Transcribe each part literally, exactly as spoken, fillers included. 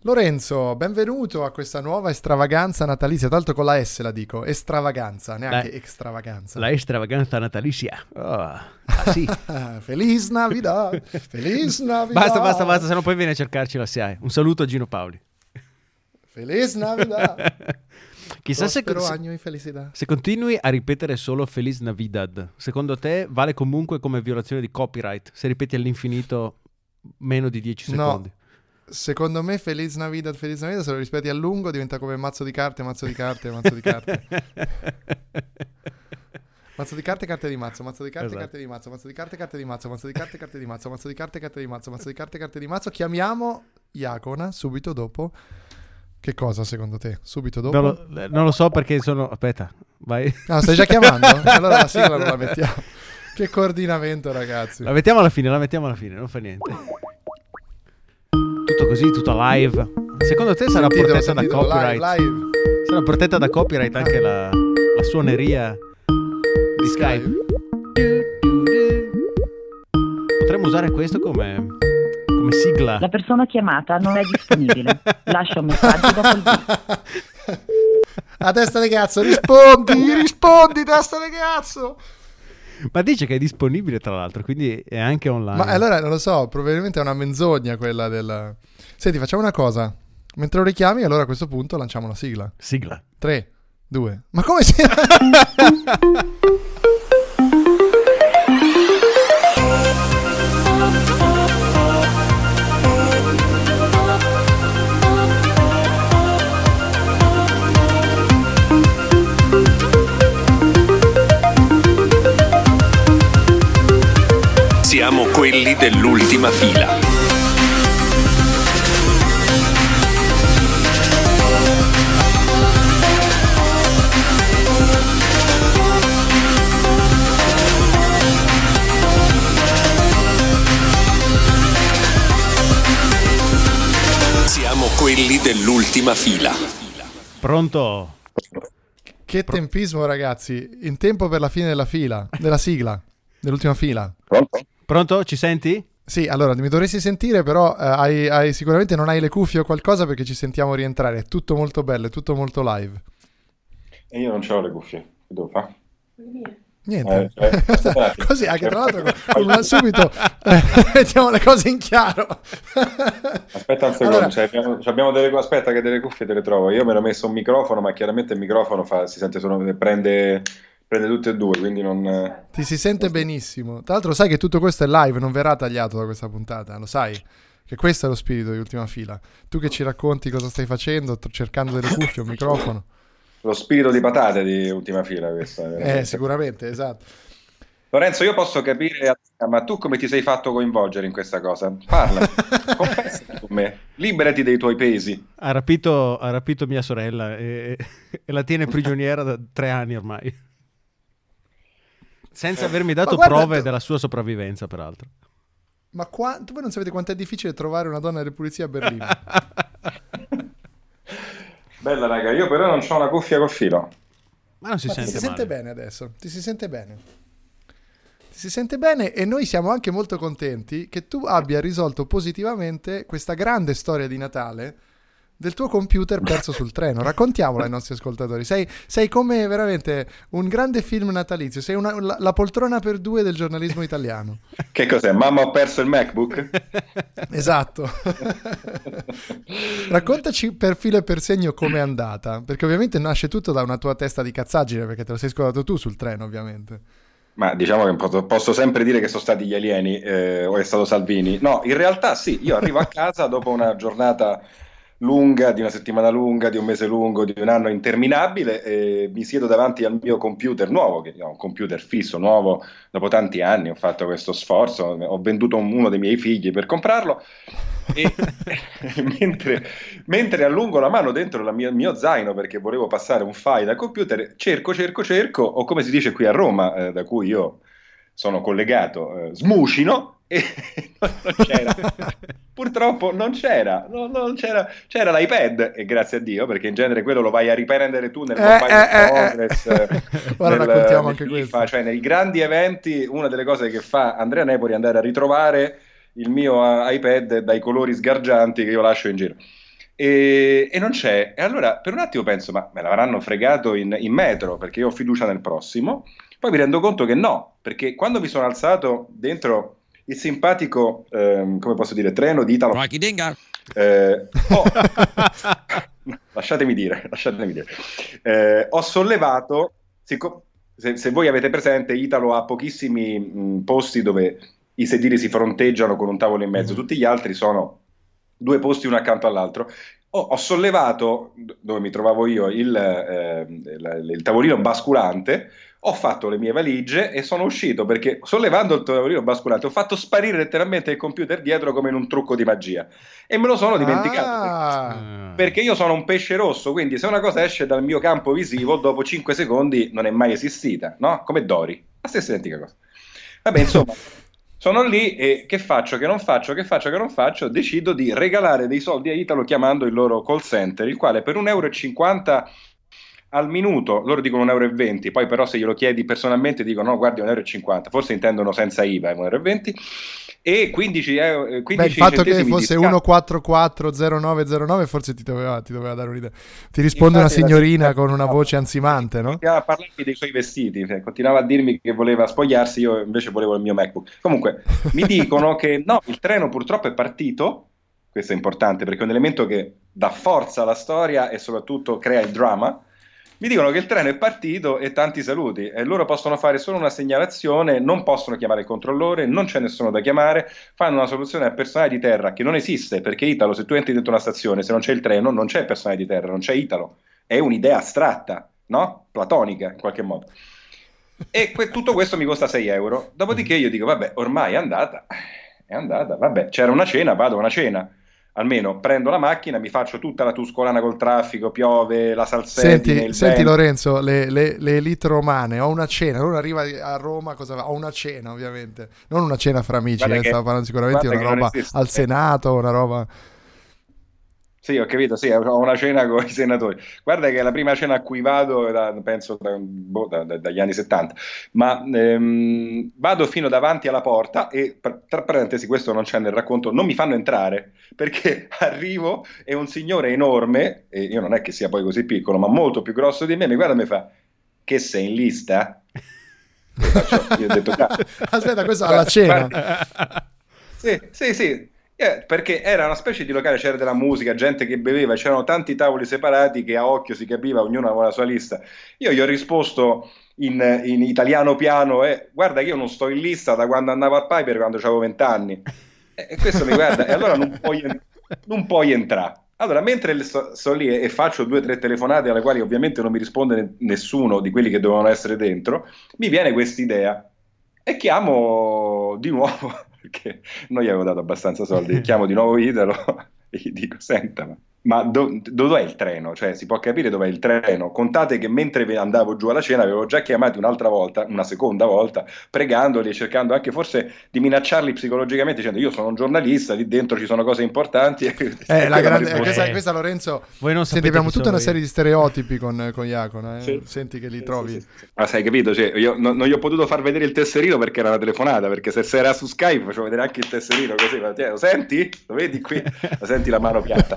Lorenzo, benvenuto a questa nuova stravaganza natalizia, tra l'altro con la S la dico, stravaganza, neanche la, extravaganza. La stravaganza natalizia. Oh, ah sì. Feliz Navidad, Feliz Navidad. Basta, basta, basta, se no poi viene a cercarci la S I A E. Un saluto a Gino Paoli. Feliz Navidad. Chissà se, se, se continui a ripetere solo Feliz Navidad, secondo te vale comunque come violazione di copyright se ripeti all'infinito meno di dieci secondi? No. Secondo me Feliz Navidad, Feliz Navidad, se lo ripeti a lungo diventa come mazzo di carte, mazzo di carte, mazzo di carte. Mazzo di carte, carte di mazzo, mazzo di carte, esatto. Carte di mazzo, mazzo di carte, carte di mazzo, mazzo di carte, carte di mazzo, mazzo di carte, carte di mazzo, mazzo di carte, carte di mazzo. Chiamiamo Iacona subito dopo. Che cosa secondo te? Subito dopo? Non lo, non lo so perché sono... Aspetta, vai. No, stai già chiamando? Allora la sigla non la mettiamo. Che coordinamento, ragazzi. La mettiamo alla fine, la mettiamo alla fine, non fa niente. Tutto così, tutto live. Secondo te sarà sentitelo, protetta sentitelo, da copyright? Live, live. Sarà protetta da copyright anche la, la suoneria di Skype? Potremmo usare questo come, come sigla. La persona chiamata non è disponibile. Lascia un messaggio dopo il beep. A testa di cazzo, rispondi, rispondi, testa di cazzo. Ma dice che è disponibile tra l'altro, quindi è anche online. Ma allora non lo so, probabilmente è una menzogna quella del... Senti, facciamo una cosa. Mentre lo richiami, allora a questo punto lanciamo la sigla. Sigla. tre, due... Ma come si... Siamo quelli dell'ultima fila. Siamo quelli dell'ultima fila. Pronto? Che tempismo, ragazzi. In tempo per la fine della fila, della sigla, dell'ultima fila. Pronto? Pronto? Ci senti? Sì, allora mi dovresti sentire, però eh, hai, hai, sicuramente non hai le cuffie o qualcosa perché ci sentiamo rientrare. È tutto molto bello, è tutto molto live. E io non ho le cuffie, che devo fare? Niente, eh, eh, così anche tra l'altro con una, subito eh, mettiamo le cose in chiaro. Aspetta un secondo, allora, cioè, abbiamo, abbiamo delle, aspetta che delle cuffie te le trovo. Io me l'ho messo un microfono, ma chiaramente il microfono fa, si sente solo, prende... prende tutte e due, quindi non... Ti si sente benissimo. Tra l'altro sai che tutto questo è live, non verrà tagliato da questa puntata, lo sai? Che questo è lo spirito di Ultima Fila. Tu che ci racconti cosa stai facendo, cercando delle cuffie, un microfono. Lo spirito di patate di Ultima Fila questa. Eh, sicuramente, esatto. Lorenzo, io posso capire, ma tu come ti sei fatto coinvolgere in questa cosa? Parla, confessa con me, liberati dei tuoi pesi. Ha rapito, ha rapito mia sorella e, e la tiene prigioniera da tre anni ormai. Senza avermi dato guarda, prove tu... della sua sopravvivenza, peraltro. Ma quanto, voi non sapete quanto è difficile trovare una donna delle pulizie a Berlino. Bella raga, io però non ho una cuffia col filo. Ma non si Ma sente ti si male. sente bene adesso, ti si sente bene. Ti si sente bene e noi siamo anche molto contenti che tu abbia risolto positivamente questa grande storia di Natale del tuo computer perso sul treno. Raccontiamola ai nostri ascoltatori. Sei, sei come veramente un grande film natalizio. Sei una, la, la poltrona per due del giornalismo italiano. Che cos'è? Mamma, ho perso il MacBook? Esatto. Raccontaci per filo e per segno com'è andata, perché ovviamente nasce tutto da una tua testa di cazzaggine, perché te lo sei scordato tu sul treno, ovviamente. Ma diciamo che posso, posso sempre dire che sono stati gli alieni eh, o è stato Salvini. No, in realtà sì, io arrivo a casa dopo una giornata lunga, di una settimana lunga, di un mese lungo, di un anno interminabile, e mi siedo davanti al mio computer nuovo, che è un computer fisso, nuovo, dopo tanti anni ho fatto questo sforzo, ho venduto uno dei miei figli per comprarlo, e mentre, mentre allungo la mano dentro il mio, mio zaino perché volevo passare un file al computer, cerco, cerco, cerco, o come si dice qui a Roma, eh, da cui io sono collegato, eh, smucino, e non, non c'era. Purtroppo non c'era, no, non c'era, c'era l'iPad, e grazie a Dio, perché in genere quello lo vai a riprendere tu nel eh, Mobile eh, Congress, eh, eh. Ora nel, raccontiamo nel anche FIFA, questo. cioè nei grandi eventi, una delle cose che fa Andrea Nepoli è andare a ritrovare il mio iPad dai colori sgargianti che io lascio in giro. e, e non c'è. E allora per un attimo penso, ma me l'avranno fregato in, in metro, perché io ho fiducia nel prossimo. Poi mi rendo conto che no, perché quando mi sono alzato dentro il simpatico, ehm, come posso dire, treno di Italo, eh, ho, lasciatemi dire, lasciatemi dire, eh, ho sollevato, siccome, se, se voi avete presente, Italo ha pochissimi mh, posti dove i sedili si fronteggiano con un tavolo in mezzo, tutti gli altri sono due posti uno accanto all'altro. Ho, ho sollevato, dove mi trovavo io, il, eh, il, il tavolino basculante, ho fatto le mie valigie e sono uscito perché sollevando il tavolino basculante ho fatto sparire letteralmente il computer dietro come in un trucco di magia e me lo sono dimenticato Ah. perché, perché io sono un pesce rosso, quindi se una cosa esce dal mio campo visivo dopo cinque secondi non è mai esistita, no? Come Dory, la stessa identica cosa. Vabbè, insomma, sono lì e che faccio, che non faccio, che faccio, che non faccio, decido di regalare dei soldi a Italo chiamando il loro call center, il quale per un euro e cinquanta al minuto, loro dicono un euro e venti, poi però se glielo chiedi personalmente dicono no, guardi un euro e cinquanta, forse intendono senza I V A un euro e venti, e quindici euro, quindici Beh, il fatto che fosse di uno quattro quattro zero nove zero nove forse ti doveva, ti doveva dare un'idea. Ti risponde Infatti, una signorina la... con una voce ansimante, no? Continuava a parlarmi dei suoi vestiti, cioè, continuava a dirmi che voleva spogliarsi, io invece volevo il mio MacBook. Comunque, mi dicono che no, il treno purtroppo è partito, questo è importante perché è un elemento che dà forza alla storia e soprattutto crea il dramma. Mi dicono che il treno è partito e tanti saluti, e loro possono fare solo una segnalazione, non possono chiamare il controllore, non c'è nessuno da chiamare, fanno una soluzione al personale di terra che non esiste, perché Italo, se tu entri dentro una stazione, se non c'è il treno, non c'è il personale di terra, non c'è Italo, è un'idea astratta, no? Platonica in qualche modo. E que- tutto questo mi costa sei euro, dopodiché io dico, vabbè, ormai è andata, è andata, vabbè, c'era una cena, vado a una cena. Almeno prendo la macchina, mi faccio tutta la Tuscolana col traffico, piove, la salsedine, Senti, il senti vento. Lorenzo, le, le, le elite romane, ho una cena, uno arriva a Roma, cosa fa? Ho una cena ovviamente, non una cena fra amici, Guarda eh, che- stavo parlando sicuramente di guarda una che non roba esiste. al Senato, una roba... Sì, ho capito, sì, ho una cena con i senatori. Guarda che è la prima cena a cui vado, da- penso da- boh, da- da- dagli anni settanta, ma ehm, vado fino davanti alla porta e, per- tra parentesi, questo non c'è nel racconto, non mi fanno entrare perché arrivo e un signore enorme, e io non è che sia poi così piccolo, ma molto più grosso di me, mi guarda e mi fa, che sei in lista? Io, faccio, io ho detto, "Ah, Aspetta, questo guarda, alla cena. guardi." Sì, sì, sì. Eh, perché era una specie di locale, c'era della musica, gente che beveva, c'erano tanti tavoli separati che a occhio si capiva, ognuno aveva la sua lista. Io gli ho risposto in, in italiano piano, eh, guarda che io non sto in lista da quando andavo a Piper, quando avevo vent'anni. E, e questo mi guarda, e allora non puoi, non puoi entrare. Allora, mentre sto, sto lì e, e faccio due o tre telefonate alle quali ovviamente non mi risponde ne- nessuno di quelli che dovevano essere dentro, mi viene quest'idea e chiamo di nuovo, perché non gli avevo dato abbastanza soldi, chiamo di nuovo Italo e gli dico, senta, ma, ma do- dov'è il treno? Cioè, si può capire dov'è il treno? Contate che mentre ve- andavo giù alla cena avevo già chiamati un'altra volta, una seconda volta, pregandoli e cercando anche forse di minacciarli psicologicamente, dicendo io sono un giornalista, lì dentro ci sono cose importanti. Eh, la grande, eh, risposta. questa, Eh, questa Lorenzo, voi non senti, sapete abbiamo chi tutta una sono serie io. di stereotipi con, con Iacono, eh? Sì. Senti che li Sì, trovi. sì, sì, sì. Ma sai capito? Cioè, io non, non gli ho potuto far vedere il tesserino perché era una telefonata, perché se, se era su Skype facevo vedere anche il tesserino così, ma, cioè, lo senti? Lo vedi qui? Lo senti la mano piatta?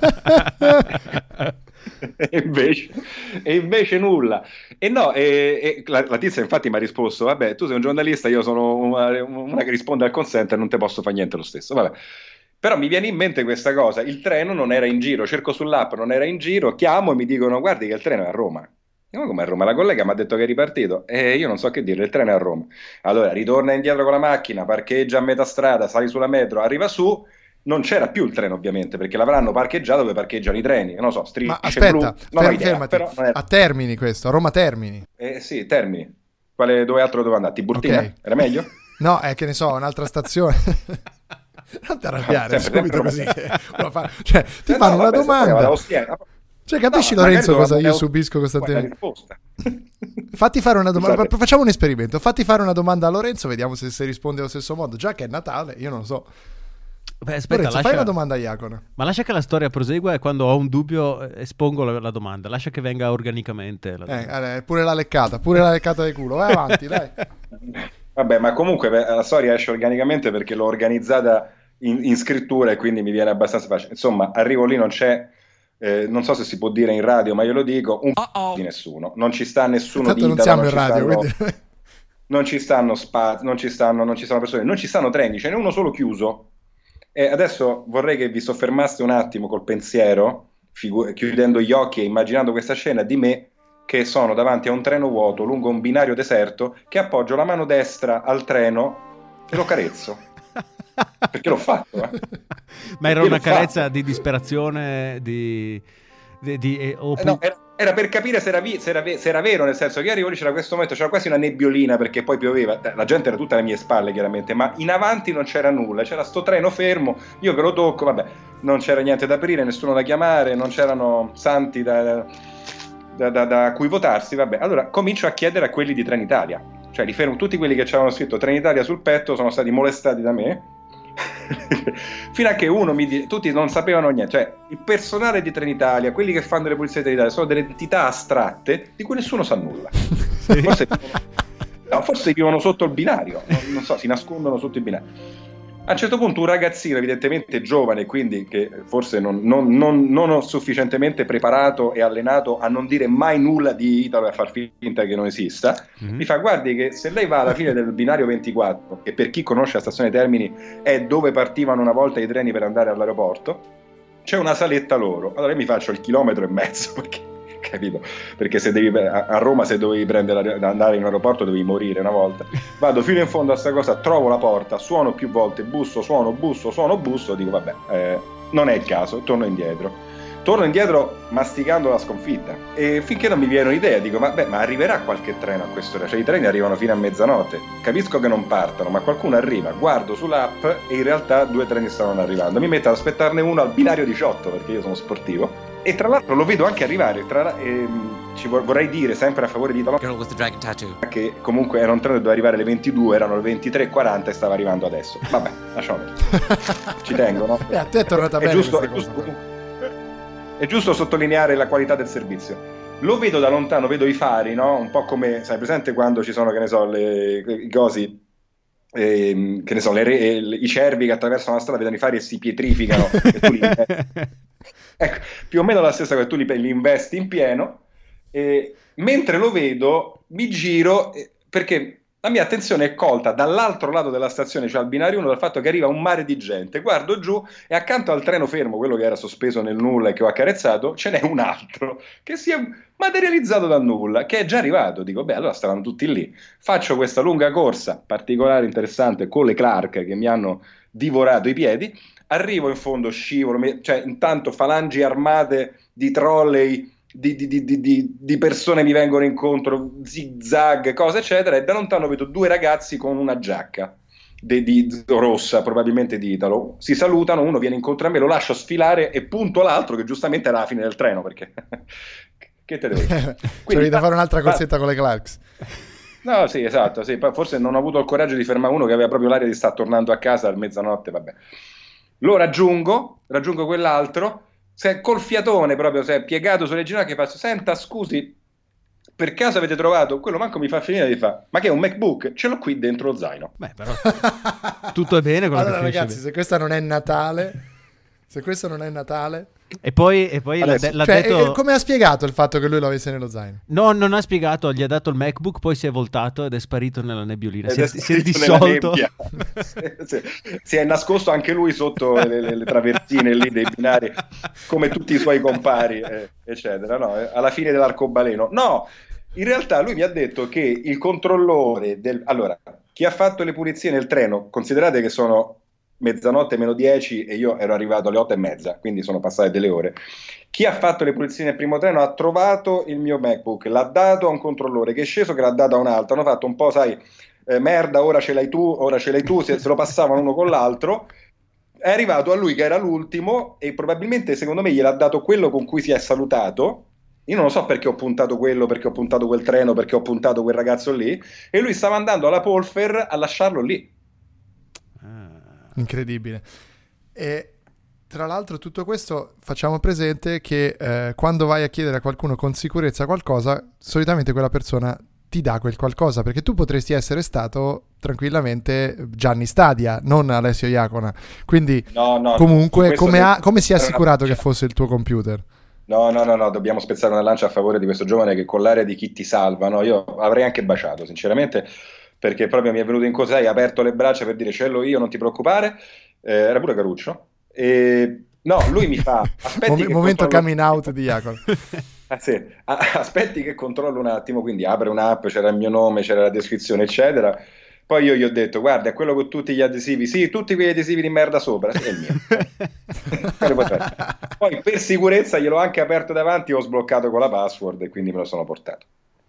e, invece, e invece nulla. E no, e, e la, la tizia infatti mi ha risposto, vabbè, tu sei un giornalista, io sono una, una che risponde al call center, non te posso fare niente lo stesso, vabbè. Però mi viene in mente questa cosa, il treno non era in giro, cerco sull'app, non era in giro, chiamo e mi dicono, guardi che il treno è a Roma. Io, ma come a Roma? La collega mi ha detto che è ripartito e io non so che dire, il treno è a Roma. Allora ritorna indietro con la macchina, parcheggia a metà strada, sali sulla metro, arriva su, non c'era più il treno ovviamente perché l'avranno parcheggiato dove parcheggiano i treni, non lo so, strisce Ma aspetta, blu, non fer- ho idea, fermati, però non era... a Termini questo, a Roma Termini. Eh sì, Termini. Quale, dove altro dove andare? Tiburtina? Ok. Era meglio? No, è che ne so, un'altra stazione. Non ti arrabbiare Sempre, subito sempre così. che uno fa- Cioè, ti Eh, fanno no, una vabbè, se poi domanda. vado a Ostiena- Cioè, capisci No, Lorenzo magari cosa io dovevo- subisco Poi la costantemente? risposta. Fatti fare una domanda, Scusate. facciamo un esperimento. Fatti fare una domanda a Lorenzo, vediamo se, se risponde allo stesso modo. Già che è Natale, io non lo so. Beh, aspetta, Lorenzo, lascia... fai una domanda a Iacono. Ma lascia che la storia prosegua e quando ho un dubbio eh, espongo la, la domanda. Lascia che venga organicamente. La Eh, allora, pure la leccata, pure la leccata del culo. Vai avanti, dai. Vabbè, ma comunque beh, la storia esce organicamente perché l'ho organizzata in, in scrittura e quindi mi viene abbastanza facile. Insomma, arrivo lì, non c'è eh, non so se si può dire in radio, ma io lo dico, un Uh-oh. di nessuno, non ci sta nessuno Tanto di non Italo, siamo non in ci radio, stanno- quindi... non ci stanno spazi, non ci stanno, non ci stanno persone, non ci stanno treni, ce n'è uno solo chiuso. E adesso vorrei che vi soffermaste un attimo col pensiero, figu- chiudendo gli occhi e immaginando questa scena di me che sono davanti a un treno vuoto lungo un binario deserto, che appoggio la mano destra al treno e lo carezzo. Perché l'ho fatto, eh. Ma era Perché una l'ho carezza fatto. di disperazione, di... di, di eh, o Eh, pu- no, era, era per capire se era, vi- se, era ve- se era vero, nel senso che arrivo lì, c'era questo momento, c'era quasi una nebbiolina perché poi pioveva, eh, la gente era tutta alle mie spalle chiaramente, ma in avanti non c'era nulla, c'era sto treno fermo, io che lo tocco, vabbè, non c'era niente da aprire, nessuno da chiamare, non c'erano santi da, da, da, da cui votarsi, vabbè, allora comincio a chiedere a quelli di Trenitalia, cioè li fermo, tutti quelli che ci avevano scritto Trenitalia sul petto sono stati molestati da me. Fino a che uno mi dice, tutti non sapevano niente, cioè il personale di Trenitalia, quelli che fanno le pulizie di Trenitalia sono delle entità astratte di cui nessuno sa nulla. Forse, no, forse vivono sotto il binario, non, non so, si nascondono sotto il binario. A un certo punto un ragazzino evidentemente giovane, quindi che forse non, non, non, non ho sufficientemente preparato e allenato a non dire mai nulla di Italo e a far finta che non esista, Mhm. mi fa: guardi che se lei va alla fine del binario ventiquattro, che per chi conosce la stazione Termini è dove partivano una volta i treni per andare all'aeroporto, c'è una saletta loro. Allora io mi faccio il chilometro e mezzo, perché, capito? Perché se devi, a a Roma se dovevi prendere la- andare in aeroporto dovevi morire una volta. Vado fino in fondo a sta cosa, trovo la porta, suono più volte, busso, suono, busso, suono, busso, dico vabbè, eh, non è il caso, torno indietro. Torno indietro masticando la sconfitta e finché non mi viene un'idea dico ma, beh, ma arriverà qualche treno a quest'ora, cioè i treni arrivano fino a mezzanotte, capisco che non partano ma qualcuno arriva, guardo sull'app e in realtà due treni stavano arrivando, mi metto ad aspettarne uno al binario diciotto perché io sono sportivo e tra l'altro lo vedo anche arrivare, tra, ehm, ci vor- vorrei dire sempre a favore di Italo Girl with the dragon tattoo. che comunque era un treno che doveva arrivare alle ventidue, erano le ventitré e quaranta e stava arrivando adesso, vabbè lasciamo perdere. Ci tengo, no? Eh, a te è tornata È bene giusto, questa è giusto- cosa. è giusto sottolineare la qualità del servizio. Lo vedo da lontano, vedo i fari, no? Un po' come, sai, presente quando ci sono, che ne so, le, i cosi, ehm, che ne so, le re- eh, i cervi che attraversano la strada, vedono i fari e si pietrificano. E tu li investi. Ecco, più o meno la stessa cosa, tu li, li investi in pieno. E mentre lo vedo, mi giro, eh, perché la mia attenzione è colta dall'altro lato della stazione, cioè al binario uno, dal fatto che arriva un mare di gente. Guardo giù e accanto al treno fermo, quello che era sospeso nel nulla e che ho accarezzato, ce n'è un altro che si è materializzato dal nulla, che è già arrivato. Dico, beh, allora stavano tutti lì. Faccio questa lunga corsa, particolare, interessante, con le Clark che mi hanno divorato i piedi. Arrivo in fondo, scivolo, mi- cioè intanto falangi armate di trolley, di, di- di- di- di- di persone mi vengono incontro, zig-zag, cose eccetera, e da lontano vedo due ragazzi con una giacca de- di- rossa, probabilmente di Italo, si salutano, uno viene incontro a me, lo lascio sfilare e punto l'altro che giustamente era la fine del treno, perché che te devo dire? C'avevi da ah, fare un'altra ah, corsetta con le Clarks. No, sì, esatto, sì. Poi forse non ho avuto il coraggio di fermare uno che aveva proprio l'aria di star tornando a casa a mezzanotte, vabbè. Lo raggiungo, raggiungo quell'altro, se col fiatone proprio, si è piegato sulle ginocchia, faccio: senta, scusi, per caso avete trovato? Quello manco mi fa finire di fa, ma che è un MacBook? Ce l'ho qui dentro lo zaino. Beh, però tutto è bene quello Allora che finisce ragazzi, bene. se questa non è Natale, se questo non è Natale... E poi, e poi l'ha, Adesso, de- l'ha Cioè, detto... e- come ha spiegato il fatto che lui lo avesse nello zaino? No, non ha spiegato, gli ha dato il MacBook, poi si è voltato ed è sparito nella nebbiolina. Si Ed è, è si è scritto nella dissolto. nebbia. si, si- si è nascosto anche lui sotto le, le- le traversine lì dei binari, come tutti i suoi compari, eh, eccetera. No, eh, alla fine dell'arcobaleno. No, in realtà lui mi ha detto che il controllore del... Allora, chi ha fatto le pulizie nel treno, considerate che sono mezzanotte meno dieci e io ero arrivato alle otto e mezza, quindi sono passate delle ore. Chi ha fatto le pulizie nel primo treno ha trovato il mio MacBook, l'ha dato a un controllore che è sceso, che l'ha dato a un altro, hanno fatto un po', sai, eh, merda, ora ce l'hai tu, ora ce l'hai tu, se, se lo passavano uno con l'altro. È arrivato a lui che era l'ultimo e probabilmente secondo me gliel'ha dato quello con cui si è salutato. Io non lo so perché ho puntato quello, perché ho puntato quel treno, perché ho puntato quel ragazzo lì, e lui stava andando alla Polfer a lasciarlo lì. Incredibile. E tra l'altro tutto questo facciamo presente che eh, quando vai a chiedere a qualcuno con sicurezza qualcosa, solitamente quella persona ti dà quel qualcosa, perché tu potresti essere stato tranquillamente Gianni Stadia, non Alessio Iacona. Quindi No, no, comunque questo come, deve- ha, come si è era una- assicurato che fosse il tuo computer? No, no, no, no, dobbiamo spezzare una lancia a favore di questo giovane che con l'aria di chi ti salva, no? Io avrei anche baciato, sinceramente, perché proprio mi è venuto in cosa, hai aperto le braccia per dire ce l'ho io, non ti preoccupare. Eh, era pure Caruccio. E no, lui mi fa aspetti Mom- che momento controllo- coming out di Jacopo. Ah, sì. Ah, aspetti che controllo un attimo, quindi apre un'app, c'era il mio nome, c'era la descrizione, eccetera. Poi io gli ho detto, guarda, è quello con tutti gli adesivi, sì, tutti quegli adesivi di merda sopra, sì, è il mio. Poi per sicurezza gliel'ho anche aperto davanti, ho sbloccato con la password e quindi me lo sono portato.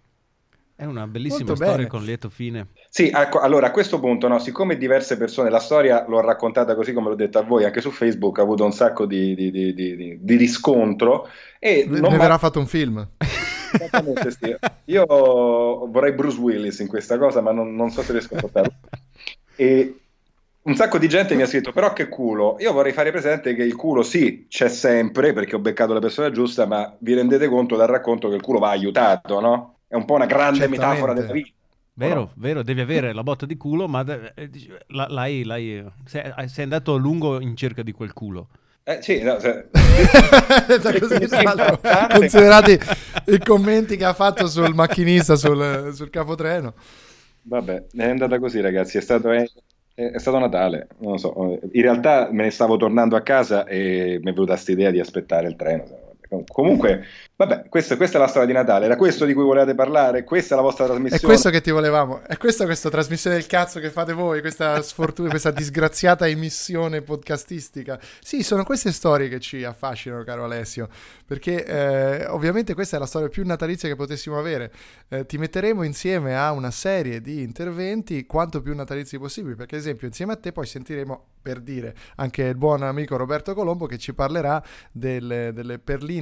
È una bellissima Molto storia bene. con lieto fine. Sì, ecco, allora a questo punto, no, siccome diverse persone, la storia l'ho raccontata così come l'ho detta a voi, anche su Facebook ha avuto un sacco di, di, di, di, di- di riscontro e Ne non ne ma- verrà fatto un film. Esattamente, sì. Io vorrei Bruce Willis in questa cosa, ma non, non so se riesco a portarlo. E un sacco di gente mi ha scritto, però che culo. Io vorrei fare presente che il culo sì, c'è sempre, perché ho beccato la persona giusta, ma vi rendete conto dal racconto che il culo va aiutato, no? È un po' una grande Certamente. metafora della vita. Vero, No? vero, devi avere la botta di culo, ma de- eh, dici- la- l'hai, l'hai- sei, sei andato a lungo in cerca di quel culo. Eh, sì, no, se- Detto così, tra l'altro, considerati i commenti che ha fatto sul macchinista sul, sul capotreno. Vabbè, è andata così, ragazzi. È stato, è, è stato Natale. Non lo so. In realtà me ne stavo tornando a casa e mi è venuta questa idea di aspettare il treno. Comunque, vabbè, questa, questa è la storia di Natale. Era questo di cui volevate parlare? Questa è la vostra È trasmissione? questo che ti volevamo. È questa questa trasmissione del cazzo che fate voi, questa sfortuna, questa disgraziata emissione podcastistica. Sì, sono queste storie che ci affascinano, caro Alessio, perché eh, ovviamente questa è la storia più natalizia che potessimo avere. Eh, ti metteremo insieme a una serie di interventi quanto più natalizi possibili, perché ad esempio insieme a te poi sentiremo, per dire, anche il buon amico Roberto Colombo che ci parlerà delle, delle perline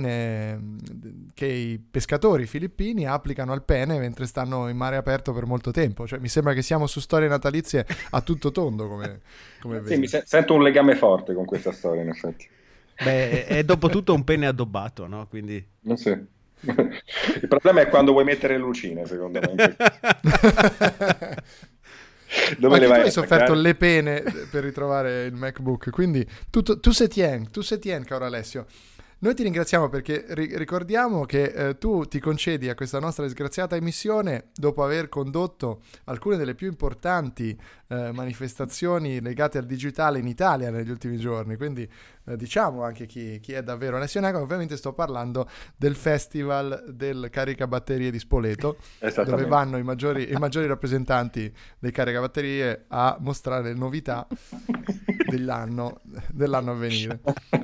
che i pescatori filippini applicano al pene mentre stanno in mare aperto per molto tempo. Cioè mi sembra che siamo su storie natalizie a tutto tondo, come, come Sì, vedi. mi se- sento un legame forte con questa storia, in effetti. Beh, è, è dopo tutto un pene addobbato, no? Quindi... Non so. Il problema è quando vuoi mettere le lucine, secondo me. Dove Ma le anche vai tu hai a sofferto attaccare? le pene per ritrovare il MacBook, quindi tu, tu se tien, tu se tien, caro Alessio. Noi ti ringraziamo perché ri- ricordiamo che eh, tu ti concedi a questa nostra disgraziata emissione dopo aver condotto alcune delle più importanti eh, manifestazioni legate al digitale in Italia negli ultimi giorni, quindi eh, diciamo anche chi, chi è davvero Alessio Nago. Ovviamente sto parlando del Festival del Caricabatterie di Spoleto, dove Esattamente. vanno i maggiori, i maggiori rappresentanti dei caricabatterie a mostrare le novità dell'anno, dell'anno a venire.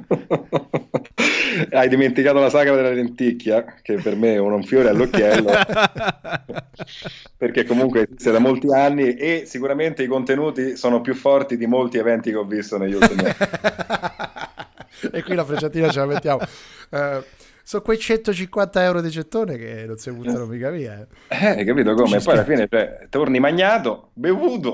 Hai dimenticato la sagra della lenticchia, che per me è un fiore all'occhiello, perché comunque esiste da molti anni e sicuramente i contenuti sono più forti di molti eventi che ho visto negli ultimi anni. E qui la frecciatina ce la mettiamo. Eh, sono quei centocinquanta euro di gettone che non si buttano mica via. Eh, hai capito Tu come? ci Poi alla scherzi. fine cioè, torni magnato, bevuto,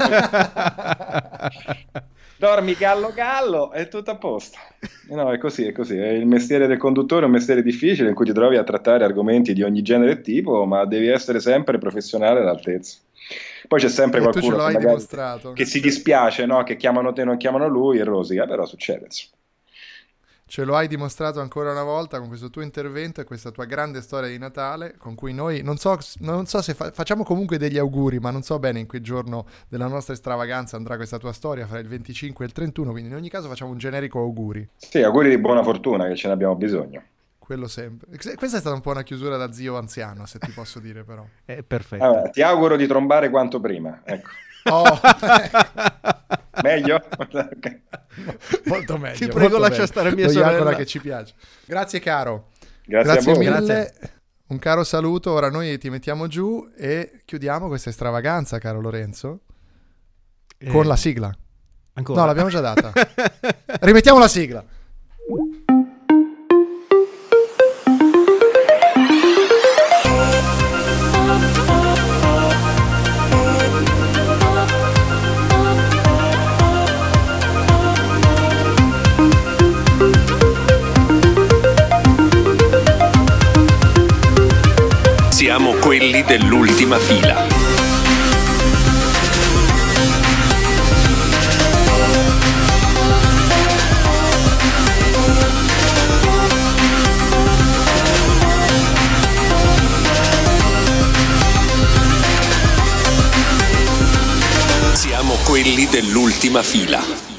dormi gallo gallo, è tutto a posto. No, è così, è così. È il mestiere del conduttore, è un mestiere difficile in cui ti trovi a trattare argomenti di ogni genere e tipo, ma devi essere sempre professionale all'altezza. Poi c'è sempre E tu qualcuno ce lo che, hai magari- dimostrato. che si dispiace, no? Che chiamano te, non chiamano lui e rosica, però succede. insomma. Ce lo hai dimostrato ancora una volta con questo tuo intervento e questa tua grande storia di Natale, con cui noi non so, non so se fa- facciamo comunque degli auguri, ma non so bene in che giorno della nostra stravaganza andrà questa tua storia, fra il venticinque e il trentuno, quindi in ogni caso facciamo un generico auguri, Sì, auguri di buona fortuna, che ce ne abbiamo bisogno. quello sempre. Questa è stata un po' una chiusura da zio anziano, se ti posso dire però. È perfetto. Allora, ti auguro di trombare quanto prima. Ecco. Oh, Meglio? Ok. molto meglio. Ti prego, molto lascia meglio. stare mia Lo sorella. Iacola che ci piace. Grazie caro. Grazie, Grazie a voi. mille. Grazie. Un caro saluto. Ora noi ti mettiamo giù e chiudiamo questa stravaganza, caro Lorenzo, Eh, con la sigla. Ancora. No, l'abbiamo già data. Rimettiamo la sigla. Siamo quelli dell'ultima fila. quelli dell'ultima fila.